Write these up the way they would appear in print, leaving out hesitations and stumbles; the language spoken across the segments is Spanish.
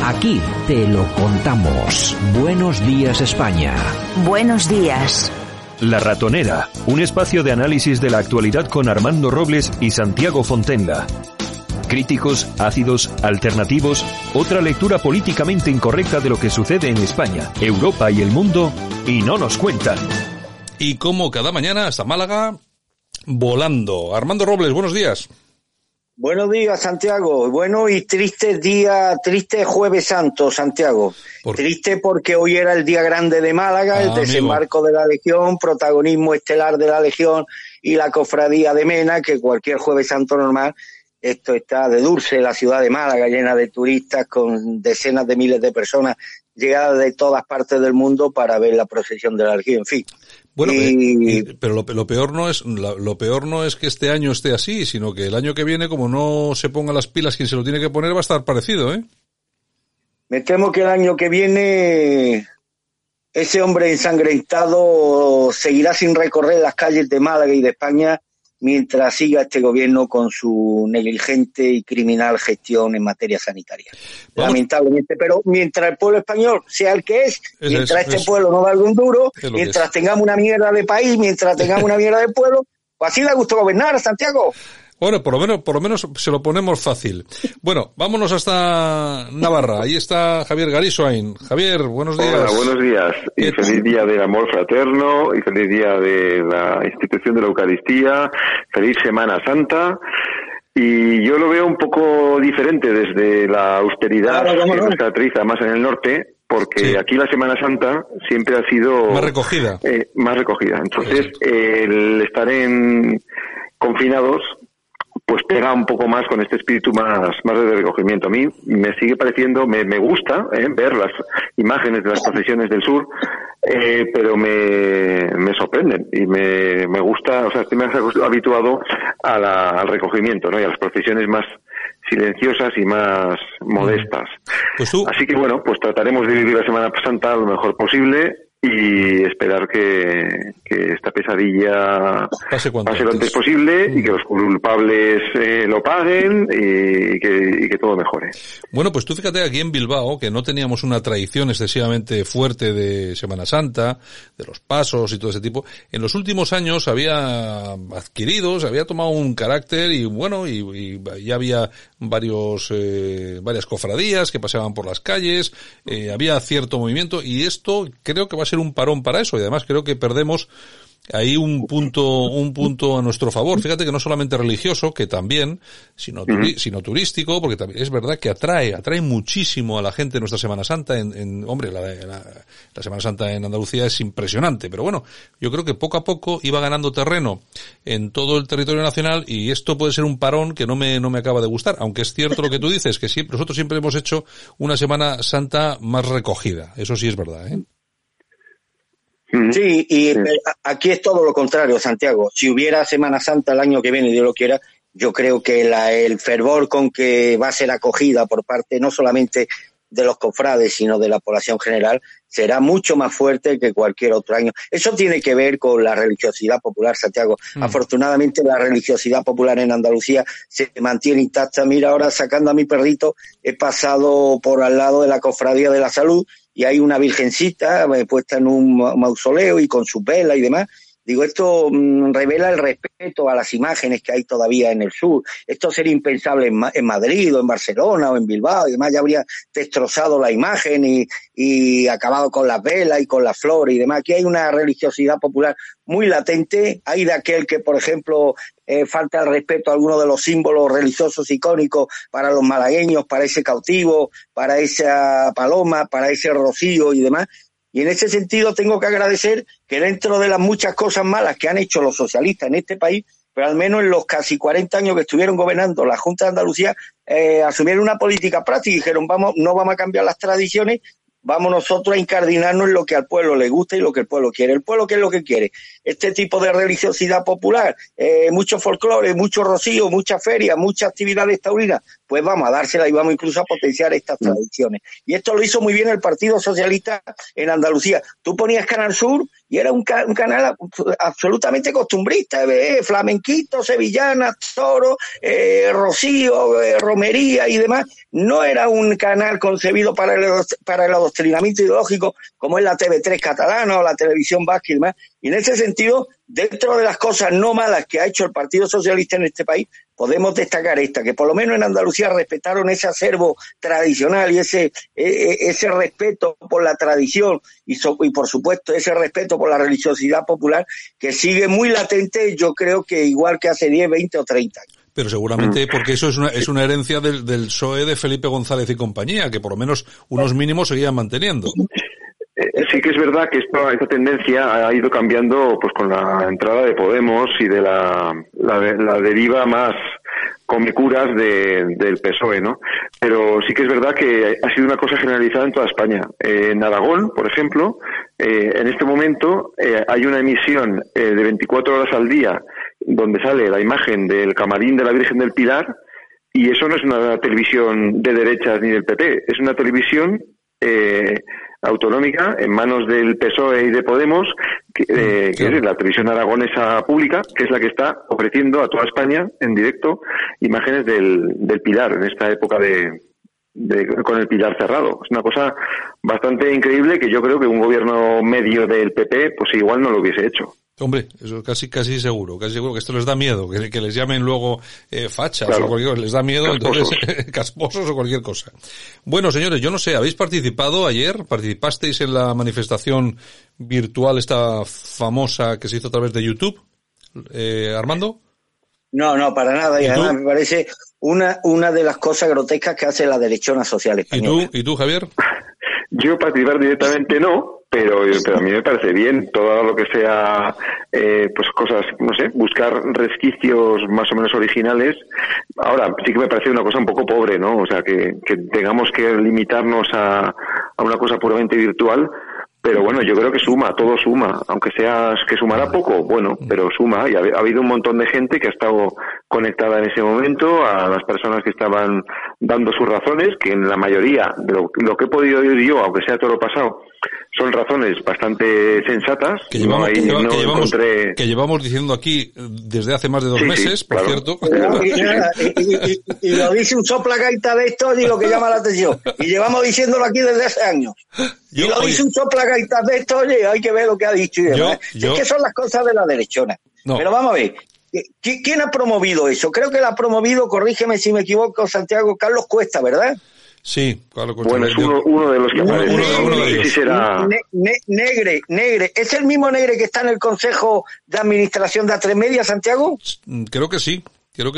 Aquí te lo contamos. Buenos días, España. Buenos días. La Ratonera, un espacio de análisis de la actualidad con Armando Robles y Santiago Fontenga. Críticos, ácidos, alternativos, otra lectura políticamente incorrecta de lo que sucede en España, Europa y el mundo, y no nos cuentan. Y como cada mañana hasta Málaga, volando. Armando Robles, buenos días. Buenos días, Santiago. Bueno y triste día, triste Jueves Santo, Santiago. Triste porque hoy era el día grande de Málaga, el desembarco de la Legión, protagonismo estelar de la Legión y la cofradía de Mena, que cualquier Jueves Santo normal. Esto está de Dulce, la ciudad de Málaga, llena de turistas con decenas de miles de personas llegadas de todas partes del mundo para ver la procesión de la Legión. En fin. Bueno, pero lo peor no es que este año esté así, sino que el año que viene, como no se ponga las pilas quien se lo tiene que poner, va a estar parecido, ¿eh? Me temo que el año que viene ese hombre ensangrentado seguirá sin recorrer las calles de Málaga y de España mientras siga este gobierno con su negligente y criminal gestión en materia sanitaria. Lamentablemente, pero mientras el pueblo español sea el que es, mientras este pueblo no valga un duro, mientras tengamos una mierda de país, mientras tengamos una mierda de pueblo, pues así le gusta gobernar, Santiago. Bueno, por lo menos se lo ponemos fácil. Bueno, vámonos hasta Navarra. Ahí está Javier Garisoain. Javier, buenos días. Hola, buenos días. Y feliz día del amor fraterno, y feliz día de la institución de la Eucaristía, feliz Semana Santa. Y yo lo veo un poco diferente desde la austeridad que nos caracteriza más en el norte, porque aquí la Semana Santa siempre ha sido más recogida. Entonces, el estar confinados pues pega un poco más con este espíritu más de recogimiento. A mí me sigue pareciendo, me gusta ver las imágenes de las procesiones del sur, pero me sorprenden y me gusta, o sea, estoy más habituado al recogimiento, ¿no? Y a las procesiones más silenciosas y más modestas. Así que bueno, pues trataremos de vivir la Semana Santa lo mejor posible y esperar que esta pesadilla pase lo antes posible y que los culpables lo paguen y que todo mejore. Bueno, pues tú fíjate, aquí en Bilbao, que no teníamos una tradición excesivamente fuerte de Semana Santa, de los pasos y todo ese tipo, en los últimos años había adquirido, se había tomado un carácter y bueno, y ya había varias cofradías que paseaban por las calles, había cierto movimiento y esto creo que va a ser un parón para eso y además creo que perdemos ahí un punto a nuestro favor. Fíjate que no solamente religioso, que también, sino turístico, porque también es verdad que atrae muchísimo a la gente nuestra Semana Santa. Hombre, la Semana Santa en Andalucía es impresionante, pero bueno, yo creo que poco a poco iba ganando terreno en todo el territorio nacional y esto puede ser un parón que no me acaba de gustar, aunque es cierto lo que tú dices, que nosotros siempre hemos hecho una Semana Santa más recogida. Eso sí es verdad, ¿eh? Sí, y aquí es todo lo contrario, Santiago. Si hubiera Semana Santa el año que viene, Dios lo quiera, yo creo que el fervor con que va a ser acogida por parte no solamente de los cofrades, sino de la población general, será mucho más fuerte que cualquier otro año. Eso tiene que ver con la religiosidad popular, Santiago. Afortunadamente la religiosidad popular en Andalucía se mantiene intacta. Mira, ahora sacando a mi perrito, he pasado por al lado de la Cofradía de la Salud y hay una virgencita puesta en un mausoleo y con sus velas y demás. Digo, esto revela el respeto a las imágenes que hay todavía en el sur. Esto sería impensable en Madrid o en Barcelona o en Bilbao y demás. Ya habría destrozado la imagen y acabado con las velas y con las flores y demás. Aquí hay una religiosidad popular muy latente. Hay de aquel que, por ejemplo, falta el respeto a algunos de los símbolos religiosos icónicos para los malagueños, para ese cautivo, para esa paloma, para ese rocío y demás. Y en ese sentido tengo que agradecer que dentro de las muchas cosas malas que han hecho los socialistas en este país, pero al menos en los casi 40 años que estuvieron gobernando la Junta de Andalucía, asumieron una política práctica y dijeron, no vamos a cambiar las tradiciones, vamos nosotros a incardinarnos en lo que al pueblo le gusta y lo que el pueblo quiere. ¿El pueblo qué es lo que quiere? Este tipo de religiosidad popular, mucho folclore, mucho rocío, muchas ferias, muchas actividades taurinas. pues vamos a dársela y vamos incluso a potenciar estas tradiciones. Y esto lo hizo muy bien el Partido Socialista en Andalucía. Tú ponías Canal Sur y era un canal absolutamente costumbrista, flamenquito, sevillanas, toro, rocío, romería y demás. No era un canal concebido para el adoctrinamiento ideológico como es la TV3 catalana o la televisión vasca y demás. Y en ese sentido, dentro de las cosas no malas que ha hecho el Partido Socialista en este país, podemos destacar esta, que por lo menos en Andalucía respetaron ese acervo tradicional y ese respeto por la tradición y por supuesto ese respeto por la religiosidad popular que sigue muy latente, yo creo que igual que hace 10, 20 o 30 años. Pero seguramente porque eso es una herencia del PSOE de Felipe González y compañía, que por lo menos unos mínimos seguían manteniendo. Sí que es verdad que esta tendencia ha ido cambiando pues con la entrada de Podemos y de la deriva más comecuras del PSOE, ¿no? Pero sí que es verdad que ha sido una cosa generalizada en toda España. En Aragón, por ejemplo, en este momento hay una emisión de 24 horas al día donde sale la imagen del camarín de la Virgen del Pilar, y eso no es una televisión de derechas ni del PP, es una televisión autonómica en manos del PSOE y de Podemos, que es la televisión aragonesa pública, que es la que está ofreciendo a toda España en directo imágenes del Pilar en esta época con el Pilar cerrado. Es una cosa bastante increíble que yo creo que un gobierno medio del PP pues igual no lo hubiese hecho. Hombre, eso casi seguro que esto les da miedo, que les llamen luego fachas, claro, o cualquier cosa, les da miedo, casposos. Entonces casposos o cualquier cosa. Bueno, señores, yo no sé, ¿habéis participado ayer? ¿Participasteis en la manifestación virtual esta famosa que se hizo a través de YouTube? ¿Armando? No, para nada, y además me parece una de las cosas grotescas que hace la derechona social española. ¿Y tú, Javier? Yo participar directamente no, pero a mí me parece bien todo lo que sea pues cosas, no sé, buscar resquicios más o menos originales. Ahora sí que me parece una cosa un poco pobre, ¿no? O sea, que tengamos que limitarnos a una cosa puramente virtual. Pero bueno, yo creo que todo suma, aunque sea que sumará poco, bueno, pero suma, y ha habido un montón de gente que ha estado conectada en ese momento, a las personas que estaban dando sus razones, que en la mayoría, de lo que he podido oír yo, aunque sea todo lo pasado, son razones bastante sensatas. Que llevamos diciendo aquí desde hace más de 2 meses, por claro. Cierto. Y lo dice un soplagaita de esto y lo que llama la atención. Y llevamos diciéndolo aquí desde hace años. Dice un soplagaita de esto, oye, hay que ver lo que ha dicho. Es que son las cosas de la derechona. No. Pero vamos a ver. ¿Quién ha promovido eso? Creo que la ha promovido, corrígeme si me equivoco, Santiago, Carlos Cuesta, ¿verdad? Sí, Carlos Cuesta. Bueno, es uno de los que aparece. Uno de ellos. Sí será... Negre. ¿Es el mismo Negre que está en el Consejo de Administración de A3Media, Santiago? Creo que sí.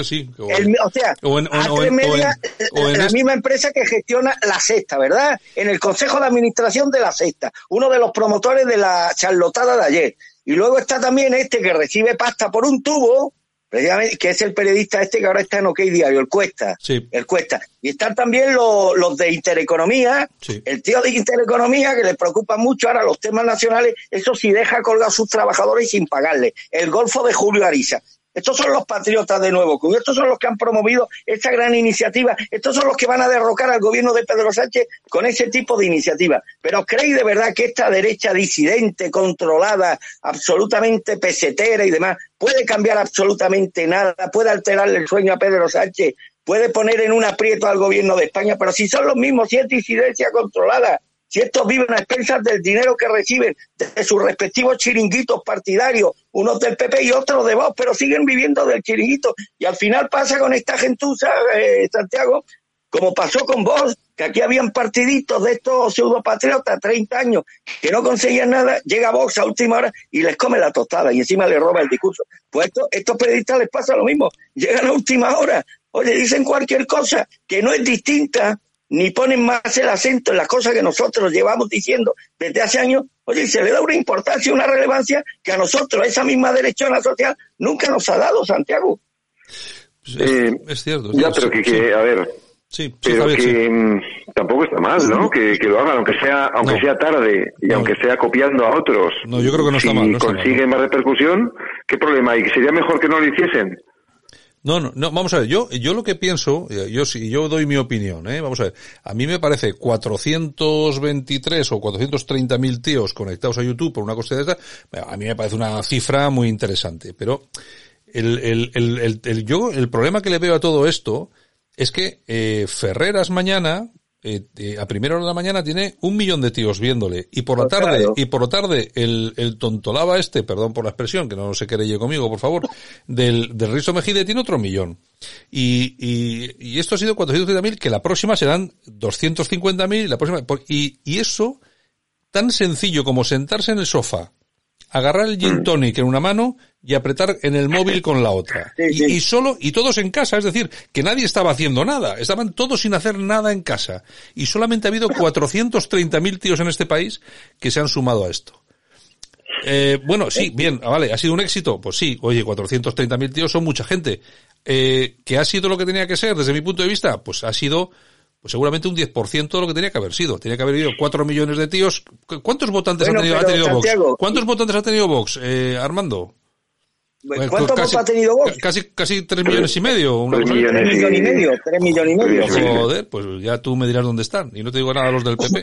A3Media, la misma empresa que gestiona La Sexta, ¿verdad? En el Consejo de Administración de La Sexta, uno de los promotores de la charlotada de ayer. Y luego está también que recibe pasta por un tubo, precisamente, que es el periodista que ahora está en OK Diario, el Cuesta. Sí. El Cuesta. Y están también los de Intereconomía, sí. El tío de Intereconomía, que les preocupa mucho ahora los temas nacionales, eso sí deja colgar a sus trabajadores sin pagarle. El Golfo de Julio Ariza. Estos son los patriotas de Nuevo Club, estos son los que han promovido esta gran iniciativa, estos son los que van a derrocar al gobierno de Pedro Sánchez con ese tipo de iniciativa. ¿Pero creéis de verdad que esta derecha disidente, controlada, absolutamente pesetera y demás, puede cambiar absolutamente nada, puede alterarle el sueño a Pedro Sánchez, puede poner en un aprieto al gobierno de España? Pero si son los mismos, si es disidencia controlada, si estos viven a expensas del dinero que reciben de sus respectivos chiringuitos partidarios, unos del PP y otros de Vox, pero siguen viviendo del chiringuito. Y al final pasa con esta gentuza, Santiago, como pasó con Vox, que aquí habían partiditos de estos pseudopatriotas, 30 años, que no conseguían nada, llega Vox a última hora y les come la tostada y encima le roba el discurso. Pues estos periodistas les pasa lo mismo, llegan a última hora, oye, dicen cualquier cosa que no es distinta, ni ponen más el acento en las cosas que nosotros llevamos diciendo desde hace años, oye, y se le da una importancia, una relevancia que a nosotros, esa misma derechona social, nunca nos ha dado, Santiago. Es cierto. Ya, pero que a ver... Sí, pero Javier, que tampoco está mal, ¿no? Que lo hagan, aunque sea tarde y aunque sea copiando a otros. No, yo creo que no está mal. Si consiguen más repercusión, ¿qué problema hay? ¿Que sería mejor que no lo hiciesen? No, vamos a ver, yo lo que pienso, yo doy mi opinión, vamos a ver, a mí me parece 423 o 430.000 tíos conectados a YouTube por una cosa de esta, a mí me parece una cifra muy interesante, pero el problema que le veo a todo esto es que Ferreras mañana, a primera hora de la mañana tiene 1 millón de tíos viéndole, y por la tarde el tontolaba perdón por la expresión, que no se querelle conmigo, por favor, del Risto Mejide tiene otro 1 millón. Y esto ha sido 430.000, que la próxima serán 250.000, la próxima, y eso, tan sencillo como sentarse en el sofá, agarrar el gin tonic en una mano y apretar en el móvil con la otra. Sí. Y todos en casa, es decir, que nadie estaba haciendo nada, estaban todos sin hacer nada en casa. Y solamente ha habido 430.000 tíos en este país que se han sumado a esto. Bueno, sí, bien, vale, ¿ha sido un éxito? Pues sí, oye, 430.000 tíos son mucha gente. ¿Qué ha sido lo que tenía que ser desde mi punto de vista? Pues ha sido seguramente un 10% de lo que tenía que haber sido. Tenía que haber habido 4 millones de tíos. ¿Cuántos votantes ha tenido Vox? ¿Cuántos votantes ha tenido Vox, Armando? ¿Cuántos votos ha tenido Vox? Casi 3 millones y medio. 3 millones y medio. Joder, pues ya tú me dirás dónde están. Y no te digo nada a los del PP.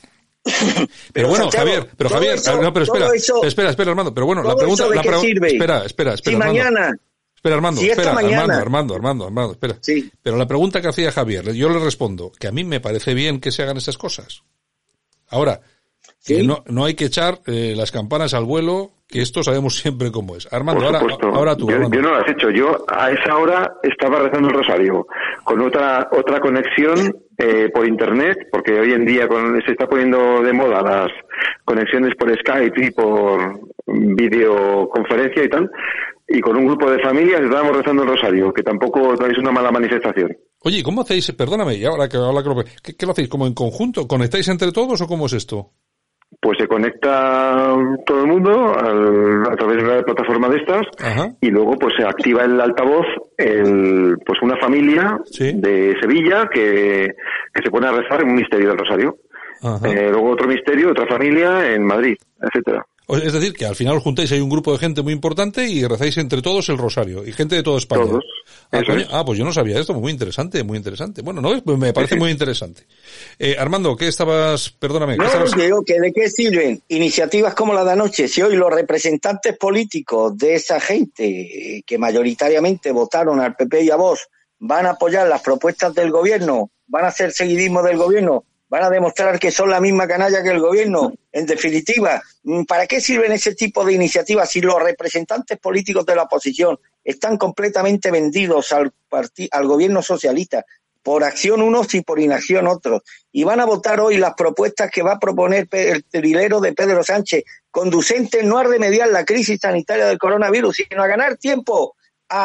Pero bueno, Santiago, Javier, espera, Armando. Pero bueno, la pregunta, espera. Si mañana. Espera, Armando, espera. Sí. Pero la pregunta que hacía Javier, yo le respondo que a mí me parece bien que se hagan esas cosas. Ahora, ¿sí? No hay que echar las campanas al vuelo, que esto sabemos siempre cómo es. Armando, ahora tú. Yo no lo has hecho. Yo a esa hora estaba rezando el rosario con otra conexión por internet, porque hoy en día se está poniendo de moda las conexiones por Skype y por videoconferencia y tal. Y con un grupo de familias estábamos rezando el rosario, que tampoco es una mala manifestación. Oye, ¿cómo hacéis? Perdóname, y ahora que ¿qué lo hacéis? ¿Como en conjunto? ¿Conectáis entre todos o cómo es esto? Pues se conecta todo el mundo a través de una plataforma de estas. Ajá. Y luego pues se activa el altavoz pues una familia de Sevilla que se pone a rezar en un misterio del rosario. Luego otro misterio, otra familia en Madrid, etcétera. Es decir, que al final os juntáis, hay un grupo de gente muy importante y rezáis entre todos el rosario, y gente de toda España. Todos. Pues yo no sabía esto, muy interesante. Bueno, no, me parece muy interesante. Armando, ¿qué estabas, perdóname? Digo que ¿de qué sirven iniciativas como la de anoche? Si hoy los representantes políticos de esa gente que mayoritariamente votaron al PP y a Vox van a apoyar las propuestas del gobierno, van a hacer seguidismo del gobierno, van a demostrar que son la misma canalla que el gobierno. En definitiva, ¿para qué sirven ese tipo de iniciativas si los representantes políticos de la oposición están completamente vendidos al gobierno socialista? Por acción unos y por inacción otros. Y van a votar hoy las propuestas que va a proponer el trilero de Pedro Sánchez, conducentes no a remediar la crisis sanitaria del coronavirus, sino a ganar tiempo,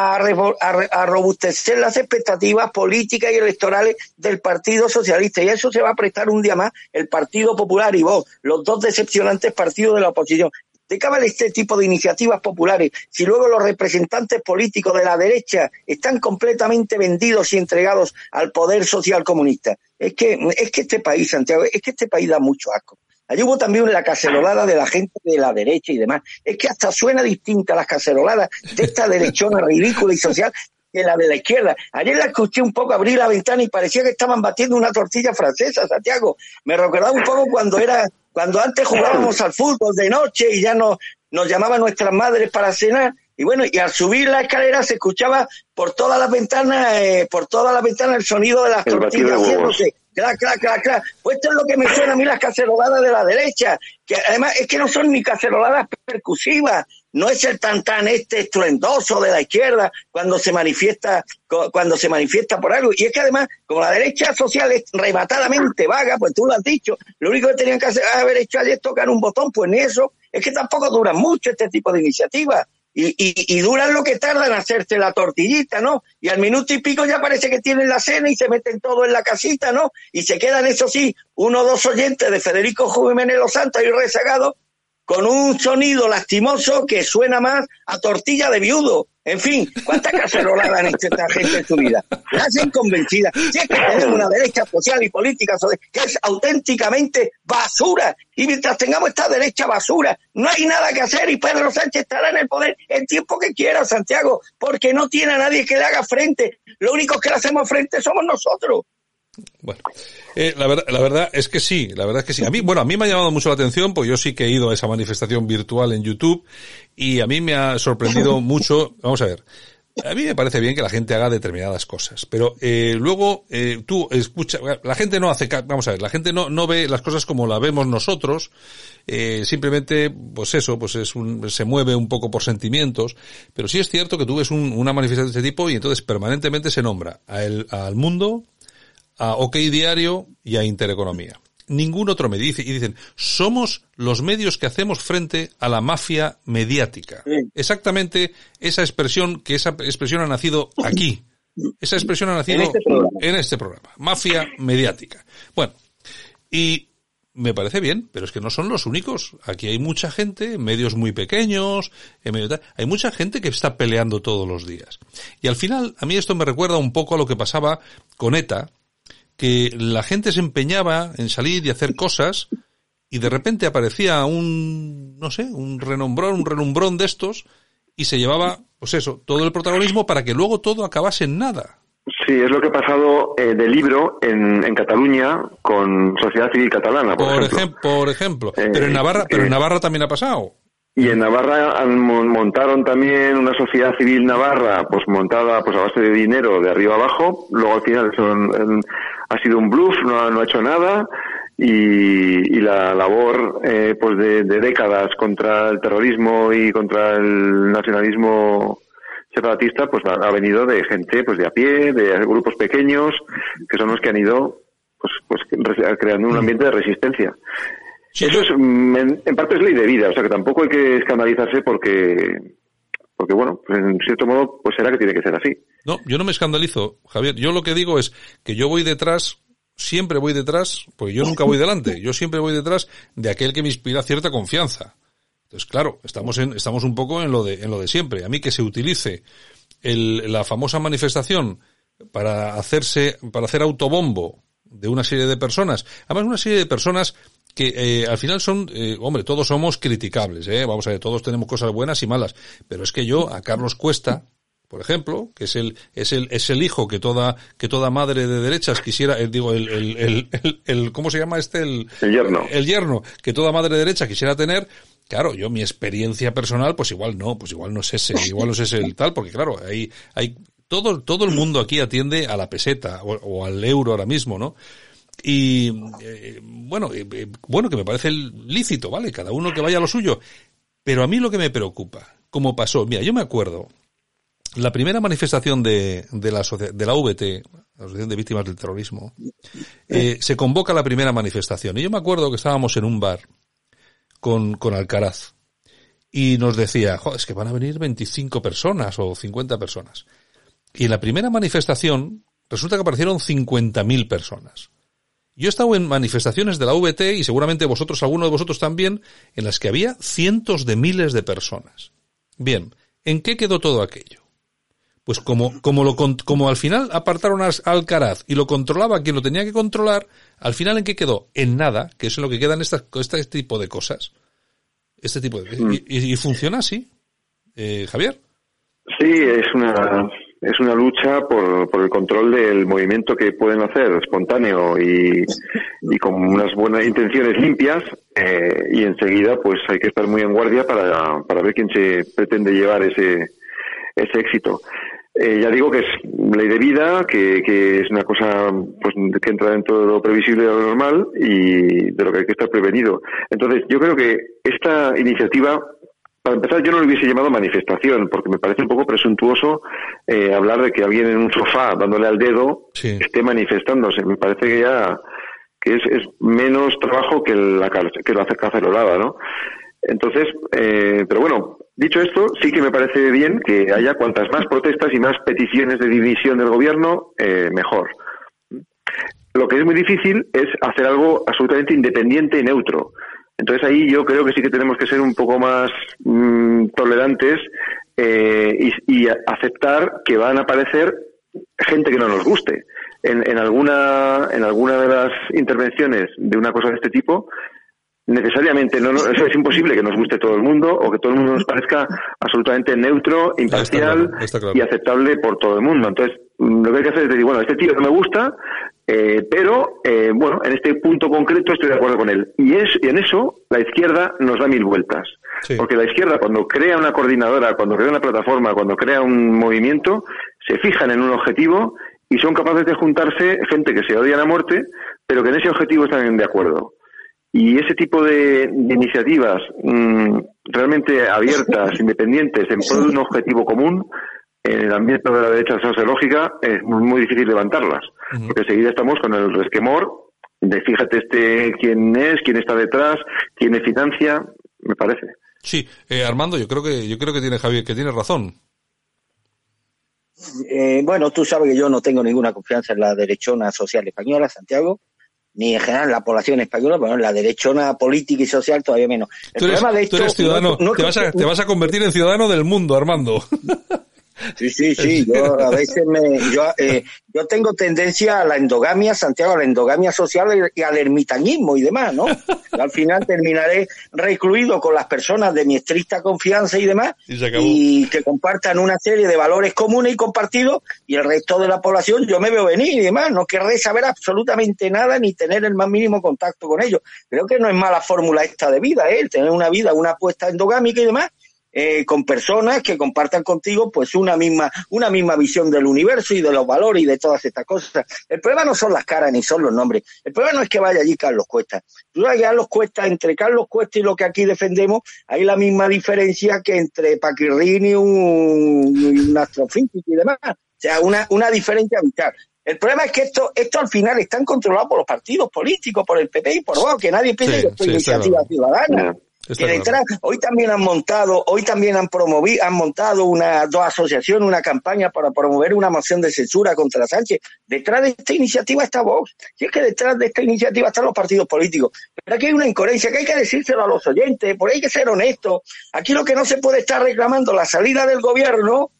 a robustecer las expectativas políticas y electorales del Partido Socialista, y a eso se va a prestar un día más el Partido Popular y Vox, los dos decepcionantes partidos de la oposición. ¿De qué vale este tipo de iniciativas populares si luego los representantes políticos de la derecha están completamente vendidos y entregados al poder social comunista? Es que este país, Santiago, este país da mucho asco. Allí hubo también la cacerolada de la gente de la derecha y demás. Es que hasta suena distinta las caceroladas de esta derechona ridícula y social que la de la izquierda. Ayer la escuché un poco abrir la ventana y parecía que estaban batiendo una tortilla francesa, Santiago. Me recordaba un poco cuando antes jugábamos al fútbol de noche y ya nos llamaban nuestras madres para cenar. Y bueno, y al subir la escalera se escuchaba por todas las ventanas el sonido de las tortillas haciéndose. Clac. Pues esto es lo que me suena a mí las caceroladas de la derecha, que además es que no son ni caceroladas percusivas, no es el tantán estruendoso de la izquierda cuando se manifiesta por algo. Y es que además, como la derecha social es rematadamente vaga, pues tú lo has dicho, lo único que tenían que haber hecho ayer es tocar un botón, pues ni eso. Es que tampoco duran mucho este tipo de iniciativas. Y duran lo que tardan en hacerse la tortillita, ¿no? Y al minuto y pico ya parece que tienen la cena y se meten todo en la casita, ¿no? Y se quedan, eso sí, 1 o 2 oyentes de Federico Jiménez Los Santos y rezagados con un sonido lastimoso que suena más a tortilla de viudo, En fin, ¿cuánta cacerolada han hecho esta gente en su vida? La hacen convencida. Si es que tenemos una derecha social y política que es auténticamente basura. Y mientras tengamos esta derecha basura, no hay nada que hacer y Pedro Sánchez estará en el poder el tiempo que quiera, Santiago, porque no tiene a nadie que le haga frente. Lo único que le hacemos frente somos nosotros. Bueno, la verdad es que sí, A mí me ha llamado mucho la atención, porque yo sí que he ido a esa manifestación virtual en YouTube y a mí me ha sorprendido mucho. Vamos a ver, a mí me parece bien que la gente haga determinadas cosas, pero luego tú escucha, la gente no hace, vamos a ver, la gente no ve las cosas como las vemos nosotros, simplemente, pues eso, pues se mueve un poco por sentimientos, pero sí es cierto que tú ves una manifestación de este tipo y entonces permanentemente se nombra al Mundo, a OK Diario y a Intereconomía. Ningún otro medio. Y dicen, somos los medios que hacemos frente a la mafia mediática. Sí. Exactamente esa expresión ha nacido aquí. Esa expresión ha nacido en este programa. Mafia mediática. Bueno, y me parece bien, pero es que no son los únicos. Aquí hay mucha gente, medios muy pequeños, hay mucha gente que está peleando todos los días. Y al final, a mí esto me recuerda un poco a lo que pasaba con ETA, que la gente se empeñaba en salir y hacer cosas y de repente aparecía un relumbrón de estos y se llevaba, pues eso, todo el protagonismo para que luego todo acabase en nada. Sí, es lo que ha pasado del Libro en Cataluña con Sociedad Civil Catalana, por ejemplo. Pero en Navarra también ha pasado. Y en Navarra montaron también una sociedad civil navarra, pues montada pues a base de dinero de arriba abajo. Luego al final ha sido un bluff, no ha hecho nada. Y la labor pues de décadas contra el terrorismo y contra el nacionalismo separatista pues ha venido de gente pues de a pie, de grupos pequeños, que son los que han ido pues creando un ambiente de resistencia. Sí, eso es, en parte es ley de vida, o sea que tampoco hay que escandalizarse porque bueno, pues en cierto modo pues será que tiene que ser así. No, yo no me escandalizo, Javier. Yo lo que digo es que yo siempre voy detrás, porque yo nunca voy delante, yo siempre voy detrás de aquel que me inspira cierta confianza. Entonces, claro, estamos un poco en lo de siempre. A mí que se utilice la famosa manifestación para hacer autobombo de una serie de personas, además una serie de personas que al final son, todos somos criticables, vamos a ver, todos tenemos cosas buenas y malas, pero es que yo a Carlos Cuesta, por ejemplo, que es el hijo que toda madre de derechas quisiera, ¿cómo se llama el yerno? El yerno que toda madre de derecha quisiera tener. Claro, yo mi experiencia personal, pues igual no es ese el tal, porque claro, hay todo el mundo aquí atiende a la peseta o al euro ahora mismo, ¿no? Y bueno, que me parece lícito, ¿vale? Cada uno que vaya a lo suyo. Pero a mí lo que me preocupa, como pasó, mira, yo me acuerdo, la primera manifestación de la AVT, la Asociación de Víctimas del Terrorismo, se convoca la primera manifestación. Y yo me acuerdo que estábamos en un bar con Alcaraz y nos decía, es que van a venir 25 personas o 50 personas. Y en la primera manifestación resulta que aparecieron 50.000 personas. Yo he estado en manifestaciones de la AVT y seguramente alguno de vosotros también, en las que había cientos de miles de personas. Bien, ¿en qué quedó todo aquello? Pues como al final apartaron a Alcaraz y lo controlaba quien lo tenía que controlar, al final ¿en qué quedó? En nada, que es en lo que quedan este tipo de cosas. Y funciona así, Javier. Sí, es una lucha por el control del movimiento que pueden hacer espontáneo y con unas buenas intenciones limpias, y enseguida pues hay que estar muy en guardia para ver quién se pretende llevar ese éxito. Ya digo que es ley de vida, que es una cosa pues que entra dentro de lo previsible y de lo normal y de lo que hay que estar prevenido. Entonces yo creo que esta iniciativa, para empezar, yo no lo hubiese llamado manifestación, porque me parece un poco presuntuoso hablar de que alguien en un sofá dándole al dedo esté manifestándose. Me parece que es menos trabajo que la cacerolada, ¿no? Entonces, pero bueno, dicho esto, sí que me parece bien que haya cuantas más protestas y más peticiones de dimisión del gobierno, mejor. Lo que es muy difícil es hacer algo absolutamente independiente y neutro. Entonces ahí yo creo que sí que tenemos que ser un poco más tolerantes y aceptar que van a aparecer gente que no nos guste. En alguna de las intervenciones de una cosa de este tipo, necesariamente eso es imposible que nos guste todo el mundo o que todo el mundo nos parezca absolutamente neutro, imparcial está claro. y aceptable por todo el mundo. Entonces, lo que hay que hacer es decir, bueno, este tío no me gusta, pero en este punto concreto estoy de acuerdo con él. Y en eso la izquierda nos da 1000 vueltas. Sí. Porque la izquierda, cuando crea una coordinadora, cuando crea una plataforma, cuando crea un movimiento, se fijan en un objetivo y son capaces de juntarse gente que se odian a muerte, pero que en ese objetivo están de acuerdo. Y ese tipo de iniciativas realmente abiertas, independientes, en pro de un objetivo común, en el ambiente de la derecha sociológica es muy difícil levantarlas. Porque enseguida estamos con el resquemor de fíjate quién es, quién está detrás, quién le financia, me parece. Sí, Armando, yo creo que tiene Javier, que tiene razón. Bueno, tú sabes que yo no tengo ninguna confianza en la derechona social española, Santiago, ni en general en la población española, pero en la derechona política y social todavía menos. Tú eres ciudadano, te vas a convertir en ciudadano del mundo, Armando. Sí, yo a veces yo tengo tendencia a la endogamia, Santiago, a la endogamia social y al ermitañismo y demás, ¿no? Yo al final terminaré recluido con las personas de mi estricta confianza y demás, y que compartan una serie de valores comunes y compartidos, y el resto de la población yo me veo venir y demás, no querré saber absolutamente nada ni tener el más mínimo contacto con ellos. Creo que no es mala fórmula esta de vida, tener una vida, una apuesta endogámica y demás, con personas que compartan contigo pues una misma visión del universo y de los valores y de todas estas cosas. El problema no son las caras ni son los nombres. El problema no es que vaya allí Carlos Cuesta. Tú sabes que Carlos Cuesta, entre Carlos Cuesta y lo que aquí defendemos, hay la misma diferencia que entre Paquirrín y un astrofísico y demás. O sea, una diferencia vital. El problema es que esto al final están controlados por los partidos políticos, por el PP y por Vox, que nadie pide que esto es iniciativa ciudadana. Que detrás, hoy también han montado dos asociaciones, una campaña para promover una moción de censura contra Sánchez. Detrás de esta iniciativa está Vox. Si es que detrás de esta iniciativa están los partidos políticos. Pero aquí hay una incoherencia que hay que decírselo a los oyentes, por ahí hay que ser honestos. Aquí lo que no se puede estar reclamando la salida del gobierno,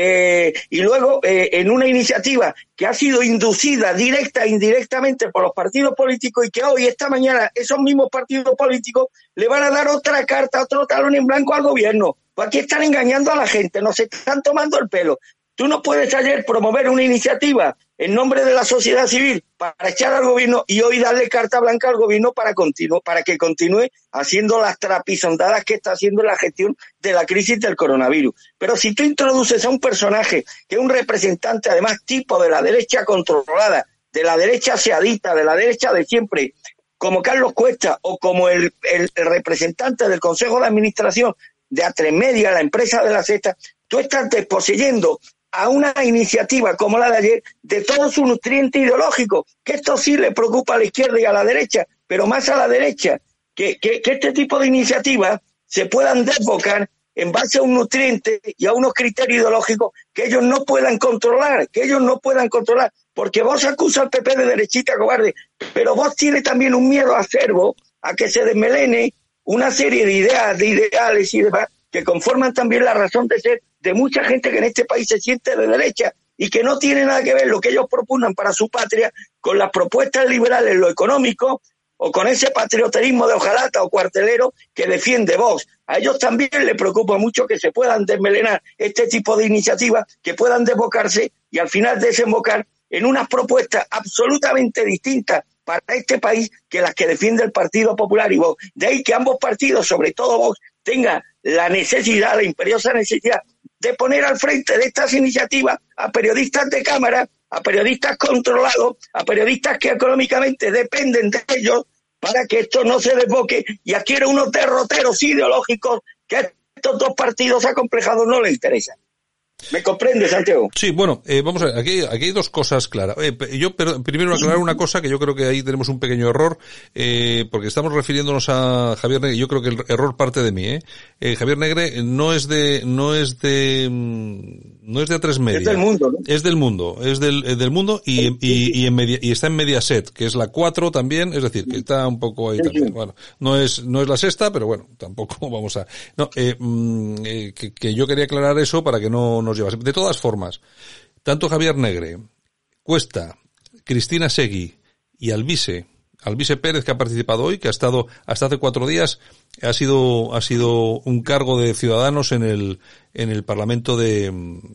y luego en una iniciativa que ha sido inducida directa e indirectamente por los partidos políticos y que hoy, esta mañana, esos mismos partidos políticos le van a dar otra carta, otro talón en blanco al gobierno. Pues aquí están engañando a la gente, nos están tomando el pelo. Tú no puedes ayer promover una iniciativa en nombre de la sociedad civil para echar al gobierno y hoy darle carta blanca al gobierno para que continúe haciendo las trapisondadas que está haciendo en la gestión de la crisis del coronavirus. Pero si tú introduces a un personaje que es un representante además tipo de la derecha controlada, de la derecha seadita, de la derecha de siempre, como Carlos Cuesta o como el representante del Consejo de Administración de A3 Media, la empresa de la Sexta, tú estás desposeyendo a una iniciativa como la de ayer de todo su nutriente ideológico, que esto sí le preocupa a la izquierda y a la derecha, pero más a la derecha, que este tipo de iniciativas se puedan desbocar en base a un nutriente y a unos criterios ideológicos que ellos no puedan controlar, porque vos acusa al PP de derechita cobarde, pero vos tiene también un miedo acerbo a que se desmelene una serie de ideas, de ideales y demás, que conforman también la razón de ser de mucha gente que en este país se siente de derecha y que no tiene nada que ver lo que ellos propugnan para su patria con las propuestas liberales en lo económico o con ese patrioterismo de hojalata o cuartelero que defiende Vox. A ellos también les preocupa mucho que se puedan desmelenar este tipo de iniciativas, que puedan desbocarse y al final desembocar en unas propuestas absolutamente distintas para este país que las que defiende el Partido Popular y Vox. De ahí que ambos partidos, sobre todo Vox, tengan la necesidad, la imperiosa necesidad de poner al frente de estas iniciativas a periodistas de cámara, a periodistas controlados, a periodistas que económicamente dependen de ellos para que esto no se desboque y adquiera unos derroteros ideológicos que a estos dos partidos acomplejados no les interesan. ¿Me comprende, Santiago? Sí, bueno, vamos a ver, aquí hay dos cosas claras. Primero aclarar una cosa, que yo creo que ahí tenemos un pequeño error, porque estamos refiriéndonos a Javier Negre. Yo creo que el error parte de mí, Javier Negre no es de A3 Media. Es del mundo, ¿no? Es del mundo, del mundo y está en Mediaset, que es la 4 también, es decir, que está un poco ahí también. Bueno, no es la sexta, pero bueno, tampoco vamos a, que yo quería aclarar eso para que no nos llevase. De todas formas, tanto Javier Negre, Cuesta, Cristina Seguí y Alvise Pérez, que ha participado hoy, que ha estado hasta hace 4 días, ha sido un cargo de Ciudadanos en el Parlamento de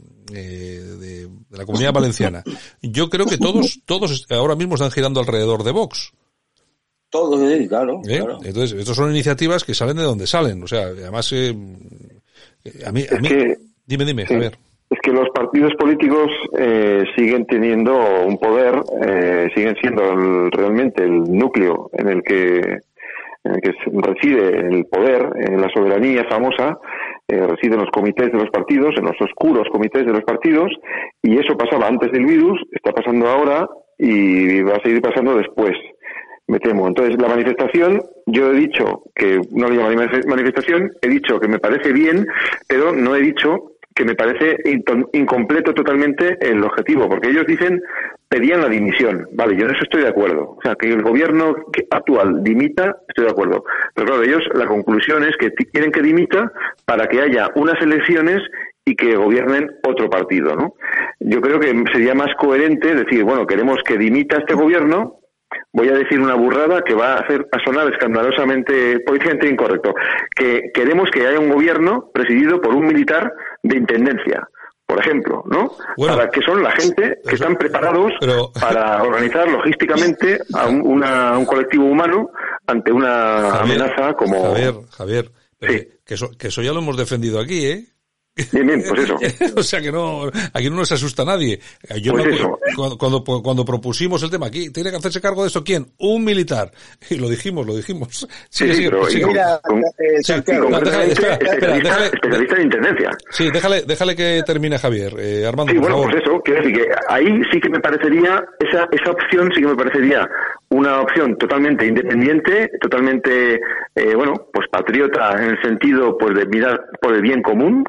la Comunidad Valenciana. Yo creo que todos ahora mismo están girando alrededor de Vox. Todos, claro. Entonces, estas son iniciativas que salen de donde salen. O sea, además, a mí, dime, sí. Javier. Es que los partidos políticos siguen teniendo un poder, siguen siendo realmente el núcleo en el que reside el poder, en la soberanía famosa, reside en los comités de los partidos, en los oscuros comités de los partidos, y eso pasaba antes del virus, está pasando ahora y va a seguir pasando después, me temo. Entonces, la manifestación, yo he dicho que no le llamo manifestación, he dicho que me parece bien, pero no he dicho que me parece incompleto totalmente el objetivo, porque ellos pedían la dimisión. Vale, yo en eso estoy de acuerdo. O sea, que el gobierno actual dimita, estoy de acuerdo. Pero claro, ellos, la conclusión es que quieren que dimita para que haya unas elecciones y que gobiernen otro partido, ¿no? Yo creo que sería más coherente decir, bueno, queremos que dimita este gobierno. Voy a decir una burrada que va a sonar escandalosamente, políticamente incorrecto. Que queremos que haya un gobierno presidido por un militar de intendencia, por ejemplo, ¿no? Bueno, para que son la gente que están preparados para organizar logísticamente a un colectivo humano ante una amenaza como... Javier, sí. que eso ya lo hemos defendido aquí, ¿eh? Bien, pues eso. O sea que no, aquí no nos asusta nadie. Yo pues cuando propusimos el tema aquí, ¿tiene que hacerse cargo de esto quién? Un militar. Y lo dijimos. Sí, pero mira, especialista en intendencia. Sí, déjale que termine Javier. Armando, sí, por favor. Pues eso, quiero decir que ahí sí que me parecería, esa opción sí que me parecería una opción totalmente independiente, totalmente, pues patriota en el sentido, pues de mirar por el bien común,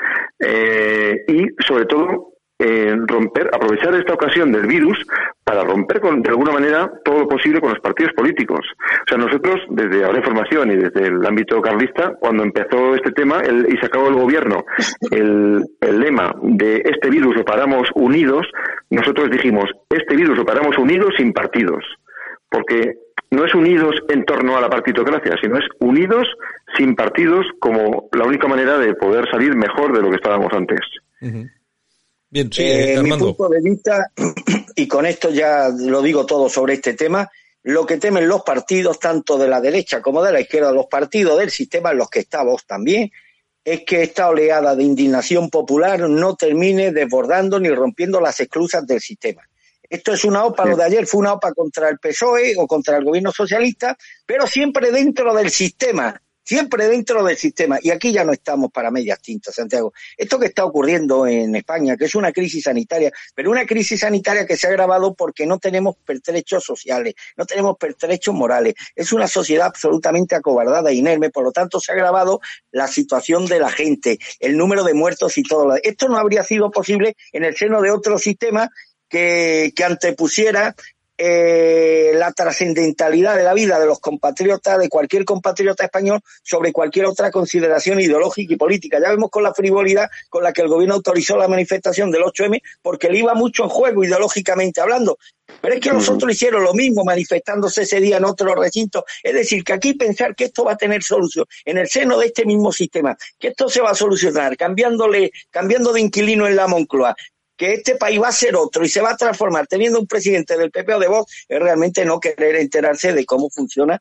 y sobre todo aprovechar esta ocasión del virus para romper de alguna manera todo lo posible con los partidos políticos. O sea, nosotros desde Ahora Información y desde el ámbito carlista, cuando empezó este tema y se acabó el gobierno, el lema de este virus lo paramos unidos, nosotros dijimos, este virus lo paramos unidos sin partidos, porque no es unidos en torno a la partitocracia, sino es unidos sin partidos como la única manera de poder salir mejor de lo que estábamos antes. Uh-huh. Bien, sí, mi punto de vista, y con esto ya lo digo todo sobre este tema, lo que temen los partidos, tanto de la derecha como de la izquierda, los partidos del sistema en los que está Vox también, es que esta oleada de indignación popular no termine desbordando ni rompiendo las esclusas del sistema. Esto es una OPA, lo de ayer fue una OPA contra el PSOE o contra el gobierno socialista, pero siempre dentro del sistema. Y aquí ya no estamos para medias tintas, Santiago. Esto que está ocurriendo en España, que es una crisis sanitaria, pero una crisis sanitaria que se ha agravado porque no tenemos pertrechos sociales, no tenemos pertrechos morales. Es una sociedad absolutamente acobardada e inerme, por lo tanto se ha agravado la situación de la gente, el número de muertos y todo. Esto no habría sido posible en el seno de otro sistema que antepusiera la trascendentalidad de la vida de los compatriotas, de cualquier compatriota español, sobre cualquier otra consideración ideológica y política. Ya vemos con la frivolidad con la que el gobierno autorizó la manifestación del 8M, porque le iba mucho en juego ideológicamente hablando. Pero es que los otros hicieron lo mismo, manifestándose ese día en otro recinto. Es decir, que aquí pensar que esto va a tener solución en el seno de este mismo sistema, que esto se va a solucionar cambiando de inquilino en la Moncloa, que este país va a ser otro y se va a transformar teniendo un presidente del PP o de Vox, es realmente no querer enterarse de cómo funciona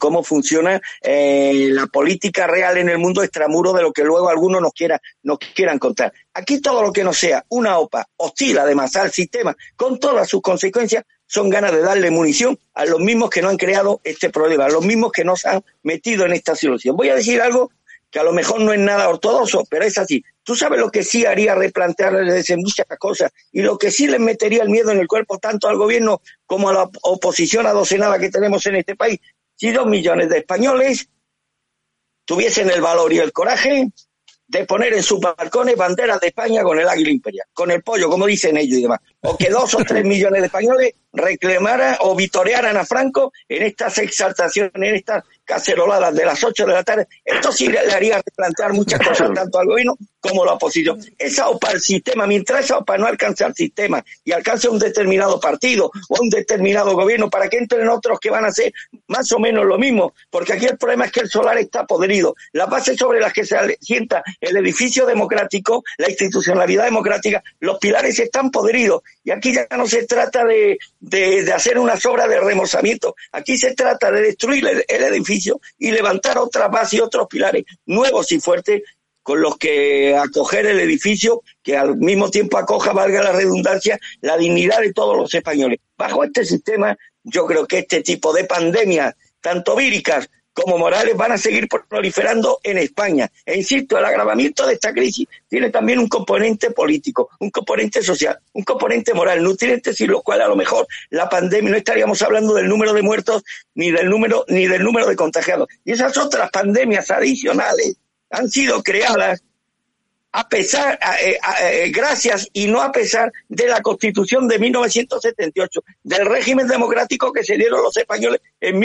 la política real en el mundo extramuro de lo que luego algunos nos quieran contar. Aquí todo lo que no sea una OPA hostil además al sistema, con todas sus consecuencias, son ganas de darle munición a los mismos que no han creado este problema, a los mismos que nos han metido en esta situación. Voy a decir algo que a lo mejor no es nada ortodoxo, pero es así. Tú sabes lo que sí haría replantearles muchas cosas y lo que sí les metería el miedo en el cuerpo tanto al gobierno como a la oposición adocenada que tenemos en este país. Si 2 millones de españoles tuviesen el valor y el coraje de poner en sus balcones banderas de España con el águila imperial, con el pollo, como dicen ellos y demás, o que 2 o 3 millones de españoles reclamaran o vitorearan a Franco en estas exaltaciones, en estas caceroladas de las 8 de la tarde. Esto sí le haría replantear muchas cosas tanto al gobierno como a la oposición. Esa OPA al sistema, mientras esa OPA no alcance al sistema y alcance a un determinado partido o a un determinado gobierno para que entren otros que van a hacer más o menos lo mismo, porque aquí el problema es que el solar está podrido. Las bases sobre las que se asienta el edificio democrático, la institucionalidad democrática, los pilares están podridos. Y aquí ya no se trata de hacer unas obras de remozamiento. Aquí se trata de destruir el edificio y levantar otras bases y otros pilares nuevos y fuertes con los que acoger el edificio, que al mismo tiempo acoja, valga la redundancia, la dignidad de todos los españoles. Bajo este sistema, yo creo que este tipo de pandemias, tanto víricas como morales, van a seguir proliferando en España. E insisto, el agravamiento de esta crisis tiene también un componente político, un componente social, un componente moral, nutrientes sin los cuales a lo mejor la pandemia, no estaríamos hablando del número de muertos ni del número de contagiados. Y esas otras pandemias adicionales han sido creadas a pesar, gracias y no a pesar de la Constitución de 1978, del régimen democrático que se dieron los españoles en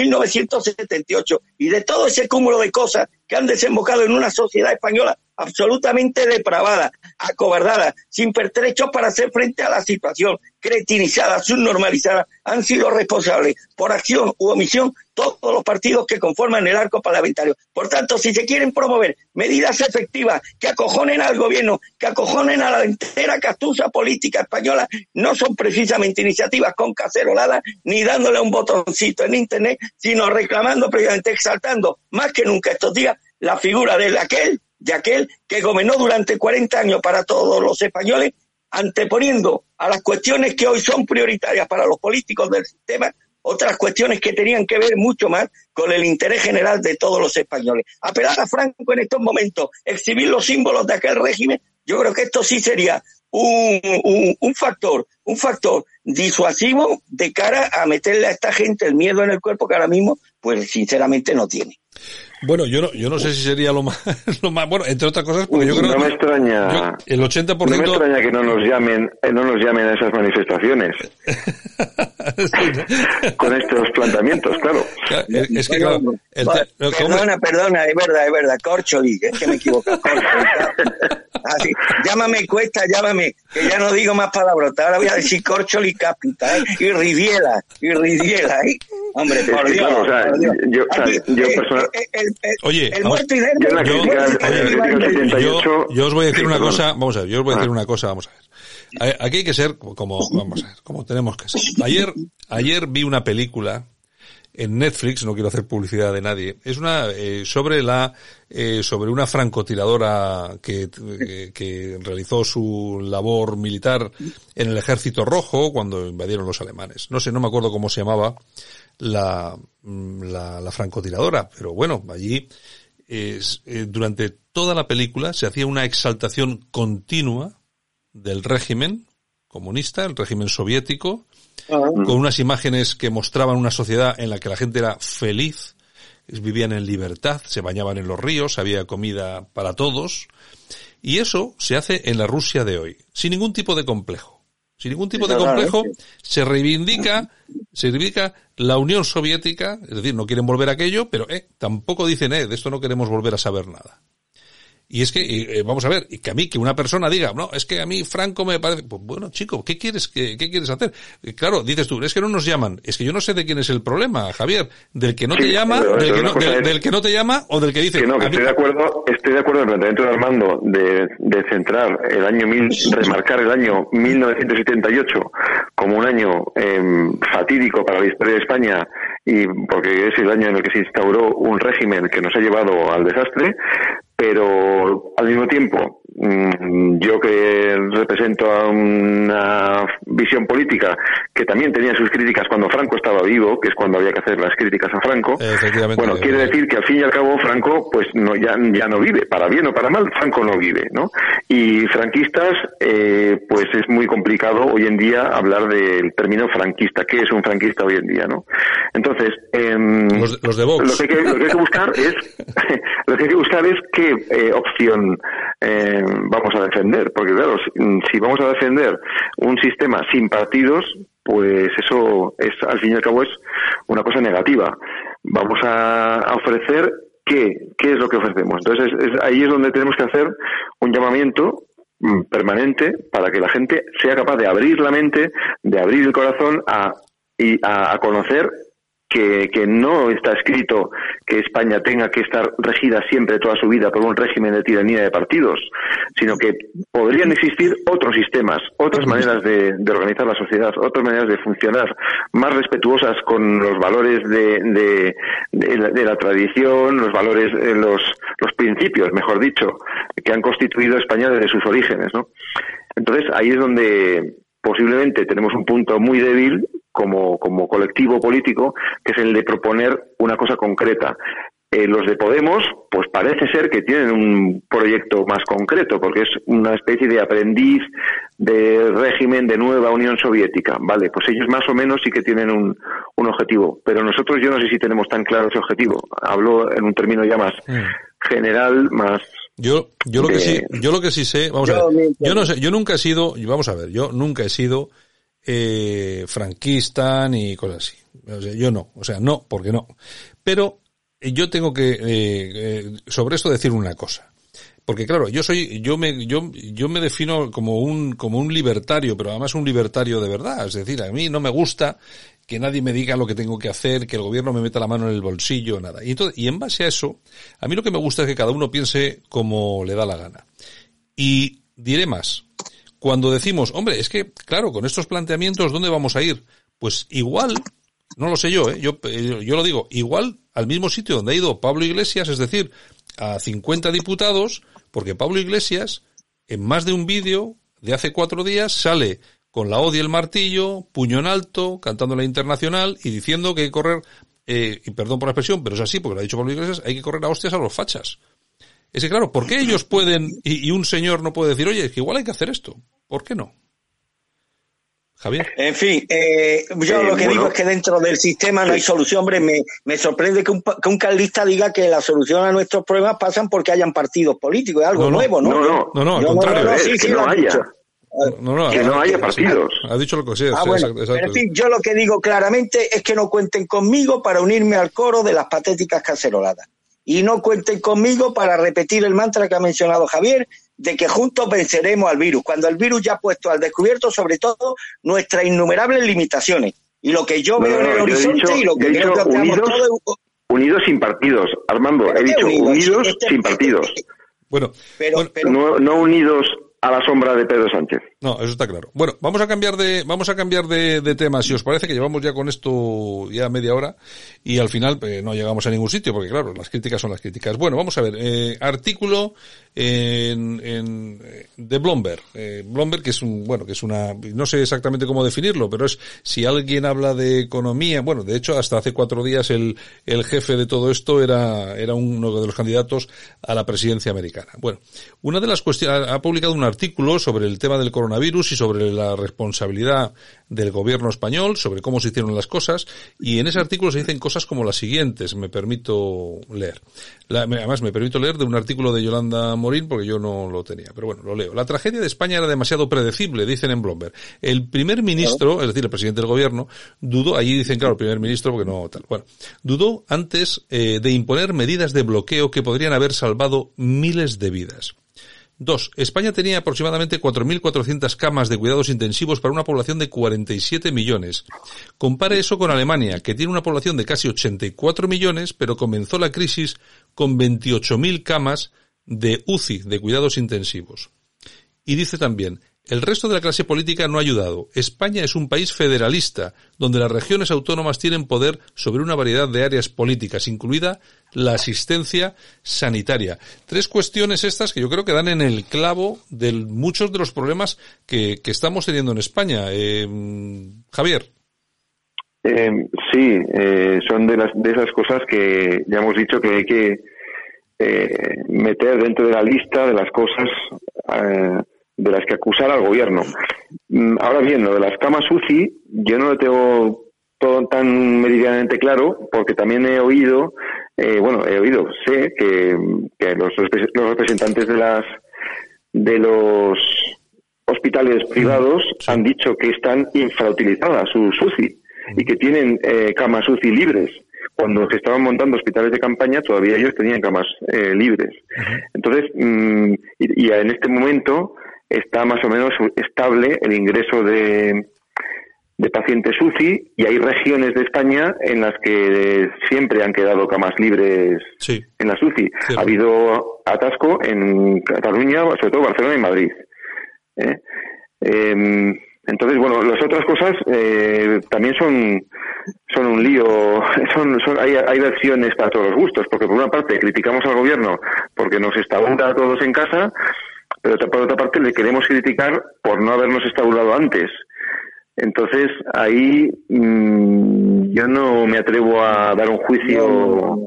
1978 y de todo ese cúmulo de cosas que han desembocado en una sociedad española absolutamente depravada, acobardada, sin pertrechos para hacer frente a la situación, cretinizada, subnormalizada, han sido responsables por acción u omisión todos los partidos que conforman el arco parlamentario. Por tanto, si se quieren promover medidas efectivas que acojonen al gobierno, que acojonen a la entera castuza política española, no son precisamente iniciativas con caceroladas ni dándole un botoncito en internet, sino reclamando, precisamente exaltando más que nunca estos días la figura de aquel que gobernó durante 40 años para todos los españoles, anteponiendo a las cuestiones que hoy son prioritarias para los políticos del sistema, otras cuestiones que tenían que ver mucho más con el interés general de todos los españoles. Apelar a Franco en estos momentos, exhibir los símbolos de aquel régimen, yo creo que esto sí sería un factor disuasivo de cara a meterle a esta gente el miedo en el cuerpo que ahora mismo, pues sinceramente no tiene. Bueno, yo no sé si sería lo más bueno, entre otras cosas, porque yo creo no me extraña, el 80%... No me extraña que no nos llamen a esas manifestaciones. Con estos planteamientos, claro. Es que claro, perdona, es verdad, Corcholi, es que me equivoco, así, llámame Cuesta, llámame, que ya no digo más palabrotas, ahora voy a decir Corcholi Capital, y Riviela, ¿eh? Hombre, por Dios. Claro, o sea, por Dios. Yo personal... Oye, el muerto y dentro. Yo os voy a decir una cosa, vamos a ver. Aquí hay que ser como tenemos que ser. Ayer vi una película en Netflix, no quiero hacer publicidad de nadie, es sobre una francotiradora que realizó su labor militar en el Ejército Rojo cuando invadieron los alemanes. No me acuerdo cómo se llamaba la francotiradora, pero bueno, allí durante toda la película se hacía una exaltación continua del régimen comunista, el régimen soviético, con unas imágenes que mostraban una sociedad en la que la gente era feliz, vivían en libertad, se bañaban en los ríos, había comida para todos, y eso se hace en la Rusia de hoy, sin ningún tipo de complejo. Sin ningún tipo de complejo, se reivindica la Unión Soviética, es decir, no quieren volver a aquello, pero tampoco dicen, de esto no queremos volver a saber nada. Y es que, vamos a ver, y que a mí, que una persona diga, no, es que a mí Franco me parece, pues bueno, chico, ¿qué quieres hacer? Claro, dices tú, es que no nos llaman, es que yo no sé de quién es el problema, Javier, del que no te llama, del que no te llama o del que dice. Que no, que estoy de acuerdo en el planteamiento de Armando de centrar remarcar el año 1978 como un año fatídico para la historia de España, y porque es el año en el que se instauró un régimen que nos ha llevado al desastre, pero al mismo tiempo yo que represento a una visión política que también tenía sus críticas cuando Franco estaba vivo, que es cuando había que hacer las críticas a Franco, bueno, quiere decir que al fin y al cabo Franco pues no ya no vive, para bien o para mal, Franco no vive, ¿no? Y franquistas, pues es muy complicado hoy en día hablar del término franquista. ¿Qué es un franquista hoy en día, no? Entonces, los de Vox. Lo que hay que buscar es qué opción vamos a defender, porque claro, si vamos a defender un sistema sin partidos, pues eso es, al fin y al cabo, es una cosa negativa. Vamos a ofrecer ¿qué es lo que ofrecemos? Entonces ahí es donde tenemos que hacer un llamamiento permanente para que la gente sea capaz de abrir la mente, de abrir el corazón a conocer que no está escrito que España tenga que estar regida siempre toda su vida por un régimen de tiranía de partidos, sino que podrían existir otros sistemas, otras maneras de organizar la sociedad, otras maneras de funcionar, más respetuosas con los valores de la tradición, los valores, los principios, mejor dicho, que han constituido España desde sus orígenes, ¿no? Entonces ahí es donde posiblemente tenemos un punto muy débil como colectivo político, que es el de proponer una cosa concreta. Los de Podemos, pues parece ser que tienen un proyecto más concreto, porque es una especie de aprendiz de régimen de nueva Unión Soviética. Vale, pues ellos más o menos sí que tienen un objetivo, pero nosotros yo no sé si tenemos tan claro ese objetivo. Hablo en un término ya más general, más... Yo lo que sí sé, vamos a ver, yo nunca he sido franquista ni cosas así. O sea, yo no, porque no. Pero yo tengo que sobre esto decir una cosa. Porque claro, yo me defino como un libertario, pero además un libertario de verdad. Es decir, a mí no me gusta que nadie me diga lo que tengo que hacer, que el gobierno me meta la mano en el bolsillo, nada. Y en base a eso, a mí lo que me gusta es que cada uno piense como le da la gana. Y diré más. Cuando decimos, hombre, es que, claro, con estos planteamientos, ¿dónde vamos a ir? Pues igual, no lo sé yo lo digo, igual al mismo sitio donde ha ido Pablo Iglesias, es decir, a 50 diputados, porque Pablo Iglesias, en más de un vídeo de hace 4 días, sale con la hoz y el martillo, puño en alto, cantando la Internacional y diciendo que hay que correr, y perdón por la expresión, pero es así, porque lo ha dicho Pablo Iglesias, hay que correr a hostias a los fachas. Es que claro, ¿por qué ellos pueden y un señor no puede decir, oye, es que igual hay que hacer esto? ¿Por qué no? Javier. En fin, yo lo que digo es que dentro del sistema no hay solución. Hombre, me sorprende que un carlista diga que la solución a nuestros problemas pasan porque hayan partidos políticos, es algo nuevo, ¿no? No, al contrario. Que no haya. Que no haya partidos. Ha dicho lo que sí. Bueno, exacto. Pero en fin, yo lo que digo claramente es que no cuenten conmigo para unirme al coro de las patéticas caceroladas. Y no cuenten conmigo para repetir el mantra que ha mencionado Javier, de que juntos venceremos al virus, cuando el virus ya ha puesto al descubierto sobre todo nuestras innumerables limitaciones. Y lo que yo veo en el horizonte y lo que creo que optamos todos... Unidos sin partidos, Armando, he dicho unidos sin partidos. Bueno, no unidos a la sombra de Pedro Sánchez. No, eso está claro. Bueno, vamos a cambiar de tema, si os parece, que llevamos ya con esto ya media hora y al final no llegamos a ningún sitio porque claro, las críticas son las críticas. Bueno, vamos a ver, artículo de Bloomberg. Bloomberg que es una, no sé exactamente cómo definirlo, pero es, si alguien habla de economía, bueno, de hecho hasta hace 4 días el jefe de todo esto era uno de los candidatos a la presidencia americana. Bueno, una de las cuestiones, ha publicado un artículo sobre el tema del coronavirus y sobre la responsabilidad del gobierno español, sobre cómo se hicieron las cosas, y en ese artículo se dicen cosas como las siguientes, me permito leer. Además, me permito leer de un artículo de Yolanda Morín, porque yo no lo tenía, pero bueno, lo leo. La tragedia de España era demasiado predecible, dicen en Bloomberg. El primer ministro, es decir, el presidente del gobierno, dudó, allí dicen, claro, el primer ministro, porque no tal, bueno, dudó antes de imponer medidas de bloqueo que podrían haber salvado miles de vidas. 2. España tenía aproximadamente 4.400 camas de cuidados intensivos para una población de 47 millones. Compare eso con Alemania, que tiene una población de casi 84 millones, pero comenzó la crisis con 28.000 camas de UCI, de cuidados intensivos. Y dice también, El resto de la clase política no ha ayudado. España es un país federalista, donde las regiones autónomas tienen poder sobre una variedad de áreas políticas, incluida la asistencia sanitaria. 3 cuestiones estas que yo creo que dan en el clavo de muchos de los problemas que estamos teniendo en España. Javier. Sí, son de esas cosas que ya hemos dicho que hay que meter dentro de la lista de las cosas de las que acusar al gobierno. Ahora bien, lo de las camas UCI, yo no lo tengo todo tan meridianamente claro, porque también sé que los representantes de los hospitales privados han dicho que están infrautilizadas sus UCI y que tienen camas UCI libres. Cuando se estaban montando hospitales de campaña, todavía ellos tenían camas libres. Entonces, y en este momento está más o menos estable el ingreso de pacientes UCI, y hay regiones de España en las que siempre han quedado camas libres en las UCI. Sí. Ha habido atasco en Cataluña, sobre todo Barcelona y Madrid. Entonces, bueno, las otras cosas también son un lío. Hay versiones para todos los gustos, porque por una parte criticamos al gobierno porque nos instaura a todos en casa, pero por otra parte le queremos criticar por no habernos instaurado antes. Entonces, ahí yo no me atrevo a dar un juicio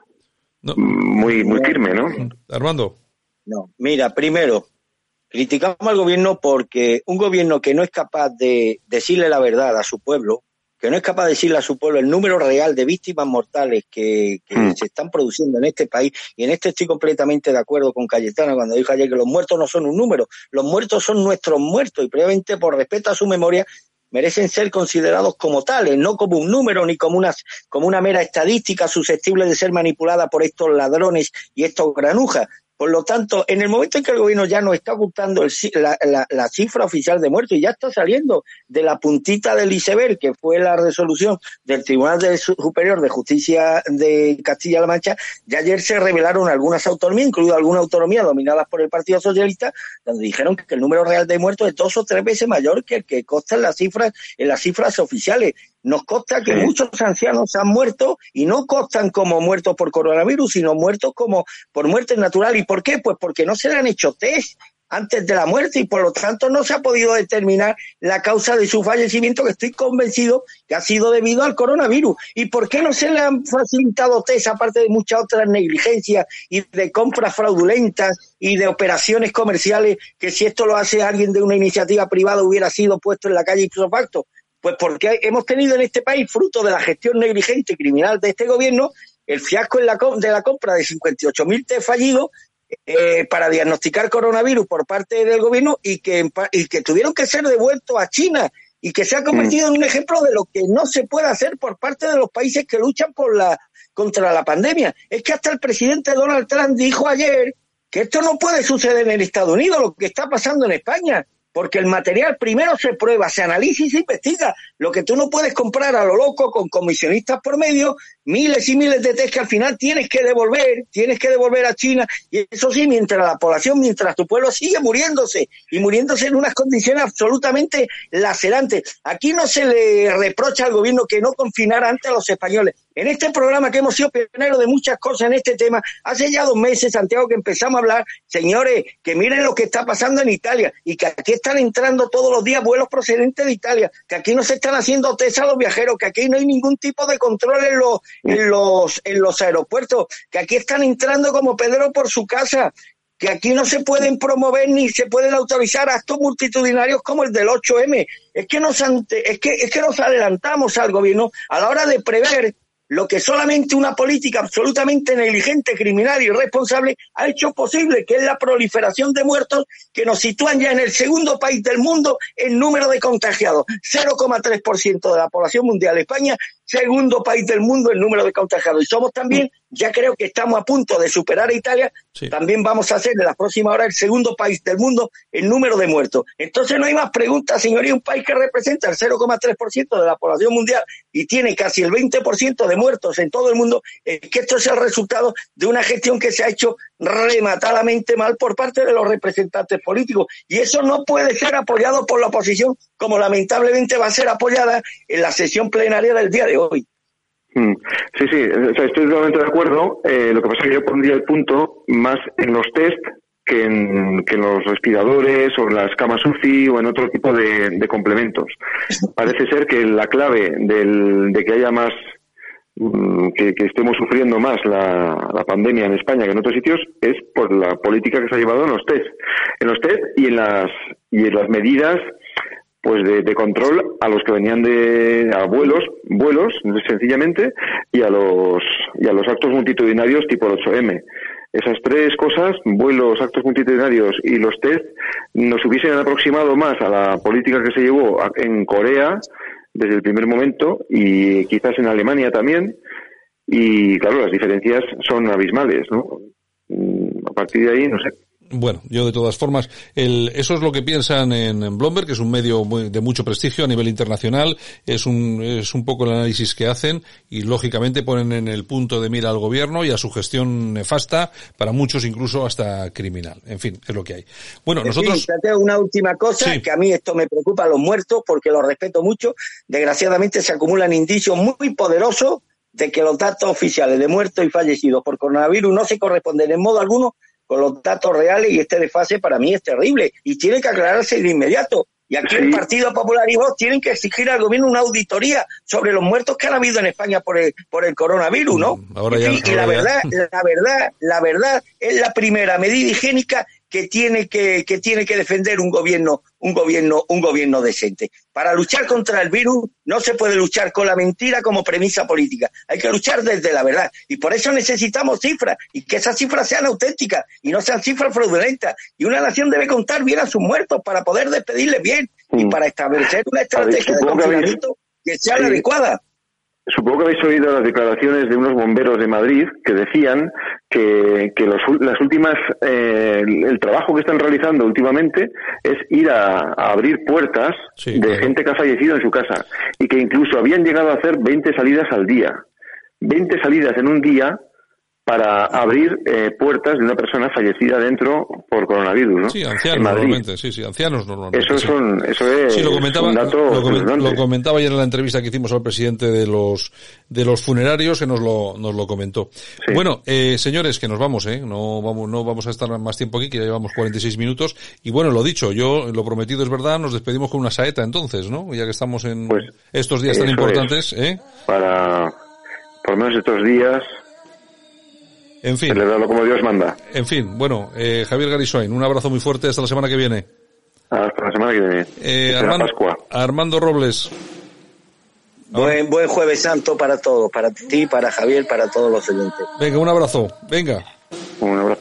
muy firme, ¿no? Armando. No, mira, primero, criticamos al gobierno porque un gobierno que no es capaz de decirle la verdad a su pueblo, que no es capaz de decirle a su pueblo el número real de víctimas mortales que se están produciendo en este país, y en esto estoy completamente de acuerdo con Cayetana cuando dijo ayer que los muertos no son un número, los muertos son nuestros muertos, y previamente por respeto a su memoria merecen ser considerados como tales, no como un número ni como una mera estadística susceptible de ser manipulada por estos ladrones y estos granujas. Por lo tanto, en el momento en que el gobierno ya no está ocultando la cifra oficial de muertos y ya está saliendo de la puntita del iceberg, que fue la resolución del Tribunal Superior de Justicia de Castilla-La Mancha, ya ayer se revelaron algunas autonomías, incluido algunas autonomías dominadas por el Partido Socialista, donde dijeron que el número real de muertos es 2 o 3 veces mayor que el que consta en las cifras oficiales. Nos consta que muchos ancianos han muerto, y no constan como muertos por coronavirus, sino muertos como por muerte natural. ¿Y por qué? Pues porque no se le han hecho test antes de la muerte, y por lo tanto no se ha podido determinar la causa de su fallecimiento, que estoy convencido que ha sido debido al coronavirus. ¿Y por qué no se le han facilitado test, aparte de muchas otras negligencias y de compras fraudulentas y de operaciones comerciales, que si esto lo hace alguien de una iniciativa privada hubiera sido puesto en la calle ipso facto? Pues porque hemos tenido en este país, fruto de la gestión negligente y criminal de este gobierno, el fiasco de la compra de 58.000 test fallidos para diagnosticar coronavirus por parte del gobierno, y que tuvieron que ser devueltos a China, y que se ha convertido en un ejemplo de lo que no se puede hacer por parte de los países que luchan contra la pandemia. Es que hasta el presidente Donald Trump dijo ayer que esto no puede suceder en Estados Unidos, lo que está pasando en España. Porque el material primero se prueba, se analiza y se investiga. Lo que tú no puedes comprar a lo loco con comisionistas por medio, miles y miles de test que al final tienes que devolver a China. Y eso sí, mientras tu pueblo sigue muriéndose, y muriéndose en unas condiciones absolutamente lacerantes. Aquí no se le reprocha al gobierno que no confinara antes a los españoles. En este programa, que hemos sido pioneros de muchas cosas en este tema, hace ya 2 meses, Santiago, que empezamos a hablar, señores, que miren lo que está pasando en Italia, y que aquí están entrando todos los días vuelos procedentes de Italia, que aquí no se están haciendo test a los viajeros, que aquí no hay ningún tipo de control en los aeropuertos, que aquí están entrando como Pedro por su casa, que aquí no se pueden promover ni se pueden autorizar actos multitudinarios como el del 8M. Es que nos adelantamos al gobierno a la hora de prever lo que solamente una política absolutamente negligente, criminal y irresponsable ha hecho posible, que es la proliferación de muertos, que nos sitúan ya en el segundo país del mundo en número de contagiados. 0,3% de la población mundial. España segundo país del mundo en número de contagiados. Y somos también, ya creo que estamos a punto de superar a Italia, sí. También vamos a ser en las próximas horas el segundo país del mundo en número de muertos. Entonces no hay más preguntas, señoría, un país que representa el 0,3% de la población mundial y tiene casi el 20% de muertos en todo el mundo, es que esto es el resultado de una gestión que se ha hecho rematadamente mal por parte de los representantes políticos. Y eso no puede ser apoyado por la oposición, como lamentablemente va a ser apoyada en la sesión plenaria del día de hoy. Sí, o sea, estoy totalmente de acuerdo. Lo que pasa es que yo pondría el punto más en los test que en los respiradores o en las camas UCI o en otro tipo de complementos. Parece ser que la clave de que haya más, que estemos sufriendo más la pandemia en España que en otros sitios es por la política que se ha llevado en los test y en las medidas pues de control a los que venían a vuelos sencillamente y a los actos multitudinarios tipo el 8M. Esas tres cosas, vuelos, actos multitudinarios y los test, nos hubiesen aproximado más a la política que se llevó en Corea desde el primer momento y quizás en Alemania también, y claro, las diferencias son abismales, ¿no? A partir de ahí, no sé. Bueno, yo de todas formas, eso es lo que piensan en Bloomberg, que es un medio de mucho prestigio a nivel internacional, es un poco el análisis que hacen y lógicamente ponen en el punto de mira al gobierno y a su gestión nefasta, para muchos incluso hasta criminal. En fin, es lo que hay. Bueno, nosotros... Tengo una última cosa, sí. Que a mí esto me preocupa, los muertos, porque los respeto mucho. Desgraciadamente se acumulan indicios muy poderosos de que los datos oficiales de muertos y fallecidos por coronavirus no se corresponden en modo alguno con los datos reales, y este desfase para mí es terrible y tiene que aclararse de inmediato. Y aquí el Partido Popular y Vox tienen que exigir al gobierno una auditoría sobre los muertos que han habido en España por el coronavirus, ¿no? La verdad es la primera medida higiénica que tiene que defender un gobierno decente. Para luchar contra el virus no se puede luchar con la mentira como premisa política. Hay que luchar desde la verdad. Y por eso necesitamos cifras, y que esas cifras sean auténticas y no sean cifras fraudulentas. Y una nación debe contar bien a sus muertos para poder despedirles bien y para establecer una estrategia de confinamiento que sea la adecuada. Supongo que habéis oído las declaraciones de unos bomberos de Madrid que decían que las últimas, el trabajo que están realizando últimamente es ir a abrir puertas de gente que ha fallecido en su casa, y que incluso habían llegado a hacer 20 salidas al día. 20 salidas en un día para abrir puertas de una persona fallecida dentro por coronavirus, ¿no? Sí, ancianos normalmente, ancianos normalmente. Eso es sí, un dato lo comentaba ayer en la entrevista que hicimos al presidente de los funerarios, que nos lo comentó. Sí. Bueno, señores, que nos vamos, no vamos a estar más tiempo aquí, que ya llevamos 46 minutos, y bueno, lo dicho, yo, lo prometido es verdad, nos despedimos con una saeta entonces, ¿no? Ya que estamos en estos días tan importantes, Para, por lo menos estos días, en fin. Celebrarlo como Dios manda. En fin, bueno, Javier Garisoain, un abrazo muy fuerte, hasta la semana que viene. Hasta la semana que viene. Pascua. Armando Robles. Buen Jueves Santo para todos, para ti, para Javier, para todos los oyentes. Venga, un abrazo. Venga. Un abrazo.